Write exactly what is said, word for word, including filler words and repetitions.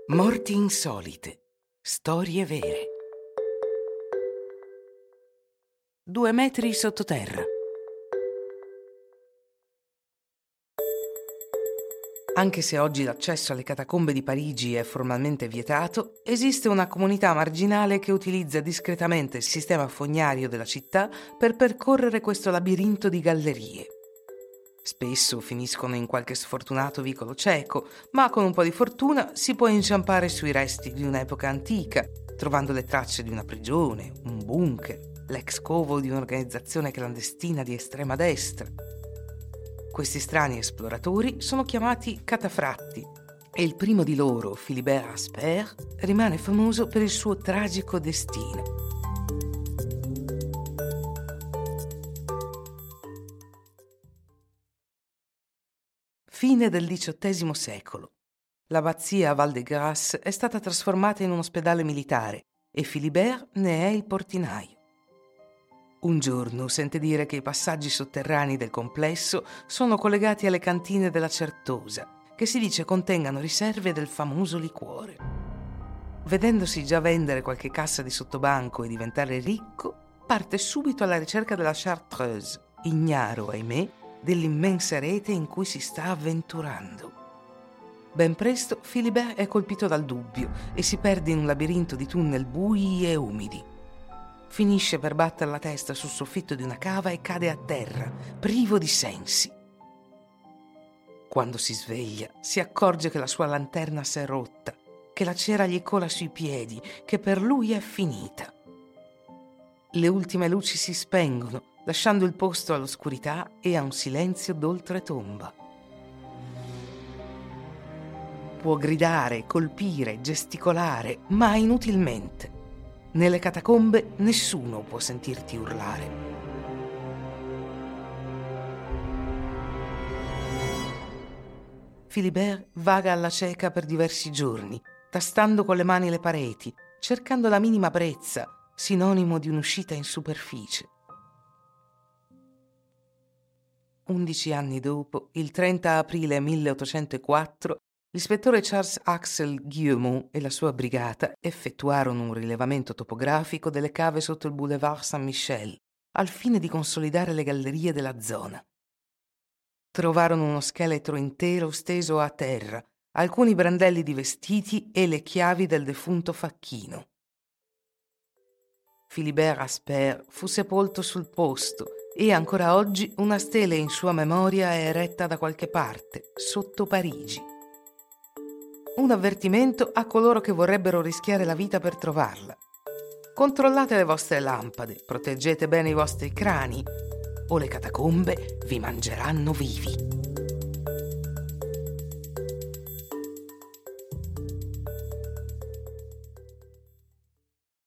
Morti insolite. Storie vere. Due metri sottoterra. Anche se oggi l'accesso alle catacombe di Parigi è formalmente vietato, esiste una comunità marginale che utilizza discretamente il sistema fognario della città per percorrere questo labirinto di gallerie. Spesso finiscono in qualche sfortunato vicolo cieco, ma con un po' di fortuna si può inciampare sui resti di un'epoca antica, trovando le tracce di una prigione, un bunker, l'ex covo di un'organizzazione clandestina di estrema destra. Questi strani esploratori sono chiamati catafratti e il primo di loro, Philibert Asper, rimane famoso per il suo tragico destino. Fine del diciottesimo secolo. L'abbazia Val de Grâce è stata trasformata in un ospedale militare e Philibert ne è il portinaio. Un giorno sente dire che i passaggi sotterranei del complesso sono collegati alle cantine della Certosa, che si dice contengano riserve del famoso liquore. Vedendosi già vendere qualche cassa di sottobanco e diventare ricco, parte subito alla ricerca della Chartreuse, ignaro, ahimè, dell'immensa rete in cui si sta avventurando. Ben presto Philibert è colpito dal dubbio e si perde in un labirinto di tunnel bui e umidi. Finisce per battere la testa sul soffitto di una cava e cade a terra, privo di sensi. Quando si sveglia, si accorge che la sua lanterna si è rotta, che la cera gli cola sui piedi, che per lui è finita. Le ultime luci si spengono, lasciando il posto all'oscurità e a un silenzio d'oltretomba. Può gridare, colpire, gesticolare, ma inutilmente. Nelle catacombe nessuno può sentirti urlare. Philibert vaga alla cieca per diversi giorni, tastando con le mani le pareti, cercando la minima brezza, sinonimo di un'uscita in superficie. Undici anni dopo, il trenta aprile milleottocentoquattro, l'ispettore Charles Axel Guillemot e la sua brigata effettuarono un rilevamento topografico delle cave sotto il boulevard Saint-Michel, al fine di consolidare le gallerie della zona. Trovarono uno scheletro intero steso a terra, alcuni brandelli di vestiti e le chiavi del defunto facchino. Philibert Asper fu sepolto sul posto e ancora oggi una stele in sua memoria è eretta da qualche parte, sotto Parigi. Un avvertimento a coloro che vorrebbero rischiare la vita per trovarla. Controllate le vostre lampade, proteggete bene i vostri crani, o le catacombe vi mangeranno vivi.